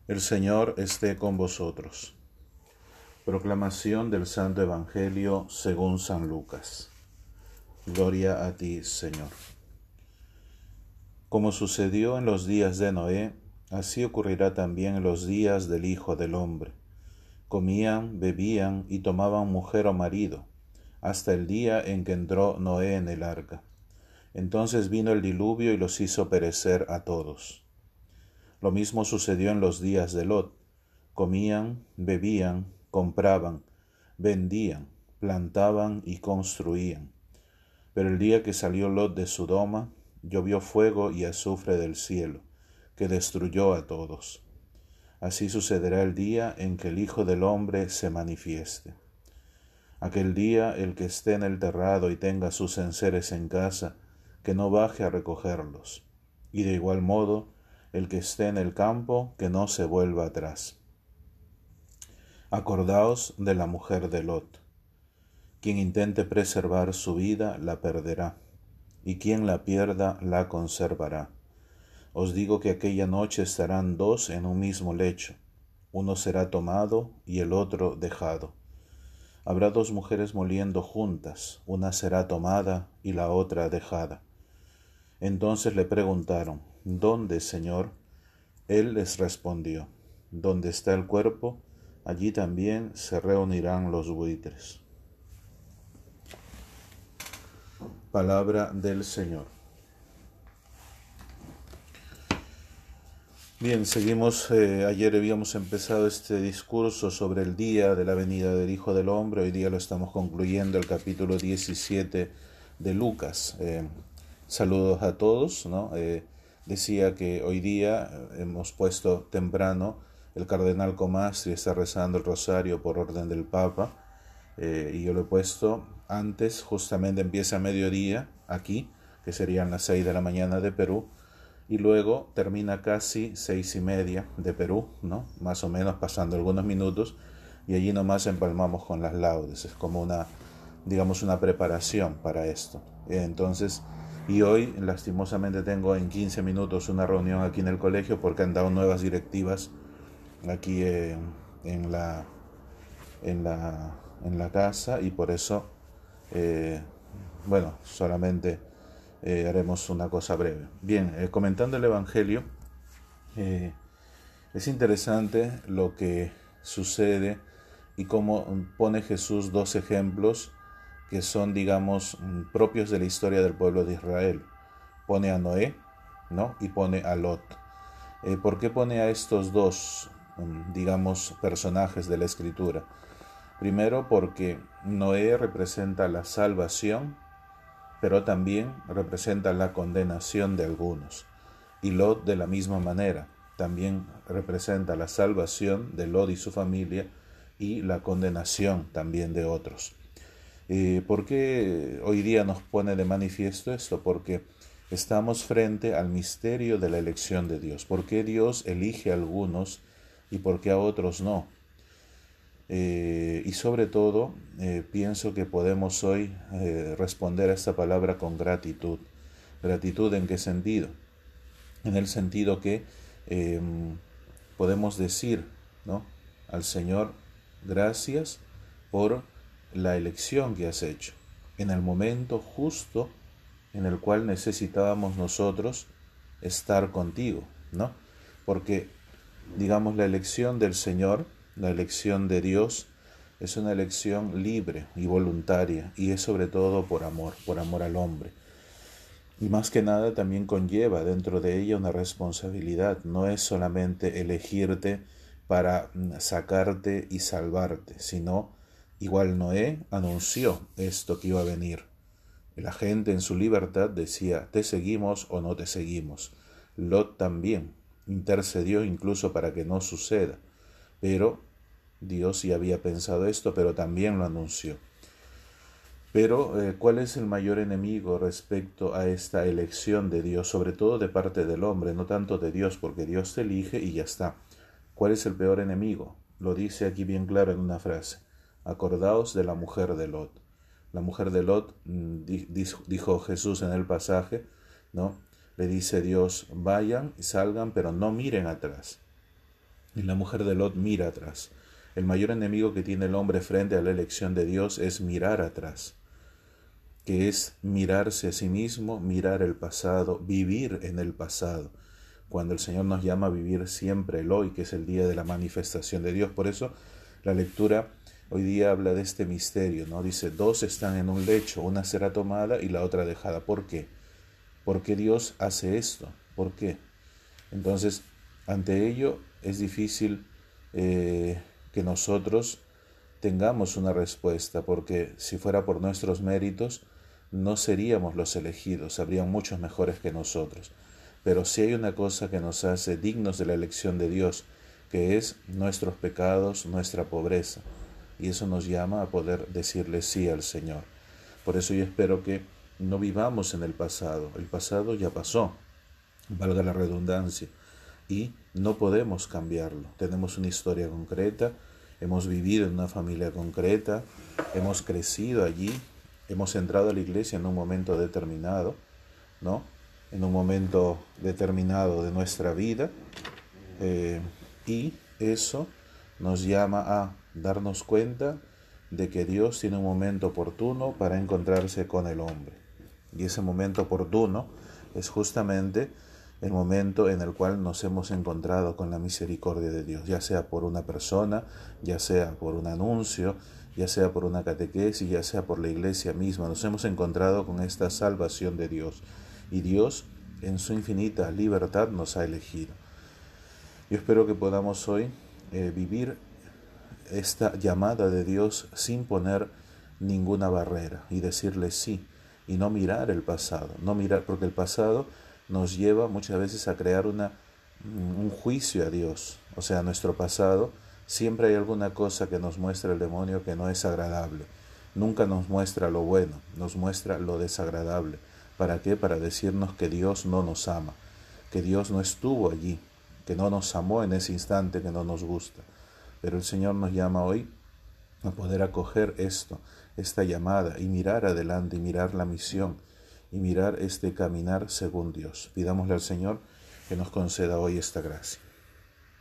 El Señor esté con vosotros. Proclamación del Santo Evangelio según San Lucas. Gloria a ti, Señor. Como sucedió en los días de Noé, así ocurrirá también en los días del Hijo del Hombre. Comían, bebían y tomaban mujer o marido, hasta el día en que entró Noé en el arca. Entonces vino el diluvio y los hizo perecer a todos. Lo mismo sucedió en los días de Lot. Comían, bebían, compraban, vendían, plantaban y construían. Pero el día que salió Lot de Sodoma, llovió fuego y azufre del cielo, que destruyó a todos. Así sucederá el día en que el Hijo del Hombre se manifieste. Aquel día el que esté en el terrado y tenga sus enseres en casa, que no baje a recogerlos. Y de igual modo, el que esté en el campo, que no se vuelva atrás. Acordaos de la mujer de Lot. Quien intente preservar su vida, la perderá, y quien la pierda, la conservará. Os digo que aquella noche estarán dos en un mismo lecho, uno será tomado y el otro dejado. Habrá dos mujeres moliendo juntas, una será tomada y la otra dejada. Entonces le preguntaron, ¿dónde, Señor? Él les respondió, donde está el cuerpo, allí también se reunirán los buitres. Palabra del Señor. Bien, seguimos. Ayer habíamos empezado este discurso sobre el día de la venida del Hijo del Hombre. Hoy día lo estamos concluyendo, el capítulo 17 de Lucas. Saludos a todos, ¿no? Decía que hoy día hemos puesto temprano, el cardenal Comastri está rezando el rosario por orden del Papa, y yo lo he puesto antes, justamente empieza a mediodía aquí, que serían las 6 de la mañana de Perú, y luego termina casi 6:30 de Perú, ¿no? Más o menos, pasando algunos minutos, y allí nomás empalmamos con las laudes. Es como una, digamos, una preparación para esto. Entonces, y hoy lastimosamente tengo en 15 minutos una reunión aquí en el colegio porque han dado nuevas directivas aquí en la casa, y por eso, solamente haremos una cosa breve. Bien, comentando el Evangelio, es interesante lo que sucede y cómo pone Jesús dos ejemplos que son, digamos, propios de la historia del pueblo de Israel. Pone a Noé, ¿no? Y pone a Lot. ¿Por qué pone a estos dos, digamos, personajes de la Escritura? Primero, porque Noé representa la salvación, pero también representa la condenación de algunos. Y Lot, de la misma manera, también representa la salvación de Lot y su familia y la condenación también de otros. ¿Por qué hoy día nos pone de manifiesto esto? Porque estamos frente al misterio de la elección de Dios. ¿Por qué Dios elige a algunos y por qué a otros no? Y sobre todo, pienso que podemos hoy responder a esta palabra con gratitud. ¿Gratitud en qué sentido? En el sentido que podemos decir, ¿no?, al Señor, gracias por la elección que has hecho, en el momento justo en el cual necesitábamos nosotros estar contigo, ¿no? Porque, digamos, la elección del Señor, la elección de Dios, es una elección libre y voluntaria, y es sobre todo por amor al hombre. Y más que nada también conlleva dentro de ella una responsabilidad. No es solamente elegirte para sacarte y salvarte, sino, igual Noé anunció esto que iba a venir. La gente en su libertad decía, te seguimos o no te seguimos. Lot también intercedió incluso para que no suceda. Pero Dios sí había pensado esto, pero también lo anunció. Pero, ¿cuál es el mayor enemigo respecto a esta elección de Dios, sobre todo de parte del hombre, no tanto de Dios, porque Dios te elige y ya está? ¿Cuál es el peor enemigo? Lo dice aquí bien claro en una frase. Acordaos de la mujer de Lot. La mujer de Lot, dijo Jesús en el pasaje, ¿no? Le dice Dios, vayan y salgan, pero no miren atrás. y la mujer de Lot mira atrás. El mayor enemigo que tiene el hombre frente a la elección de Dios es mirar atrás, que es mirarse a sí mismo, mirar el pasado, vivir en el pasado, cuando el Señor nos llama a vivir siempre el hoy, que es el día de la manifestación de Dios. Por eso la lectura hoy día habla de este misterio, ¿no? Dice, dos están en un lecho, una será tomada y la otra dejada. ¿Por qué? ¿Por qué Dios hace esto? ¿Por qué? Entonces, ante ello es difícil que nosotros tengamos una respuesta, porque si fuera por nuestros méritos, no seríamos los elegidos, habrían muchos mejores que nosotros. Pero si hay una cosa que nos hace dignos de la elección de Dios, que es nuestros pecados, nuestra pobreza, y eso nos llama a poder decirle sí al Señor. Por eso yo espero que no vivamos en el pasado ya pasó, valga la redundancia, y no podemos cambiarlo. Tenemos una historia concreta, hemos vivido en una familia concreta, hemos crecido allí, hemos entrado a la iglesia en un momento determinado, ¿no? En un momento determinado de nuestra vida, y eso nos llama a darnos cuenta de que Dios tiene un momento oportuno para encontrarse con el hombre. Y ese momento oportuno es justamente el momento en el cual nos hemos encontrado con la misericordia de Dios, ya sea por una persona, ya sea por un anuncio, ya sea por una catequesis, ya sea por la iglesia misma. Nos hemos encontrado con esta salvación de Dios, y Dios en su infinita libertad nos ha elegido. Yo espero que podamos hoy vivir esta llamada de Dios sin poner ninguna barrera y decirle sí, y no mirar el pasado, no mirar, porque el pasado nos lleva muchas veces a crear un juicio a Dios. O sea, nuestro pasado, siempre hay alguna cosa que nos muestra el demonio que no es agradable. Nunca nos muestra lo bueno, nos muestra lo desagradable. ¿Para qué? Para decirnos que Dios no nos ama, que Dios no estuvo allí, que no nos amó en ese instante que no nos gusta. Pero el Señor nos llama hoy a poder acoger esto, esta llamada, y mirar adelante, y mirar la misión, y mirar este caminar según Dios. Pidámosle al Señor que nos conceda hoy esta gracia.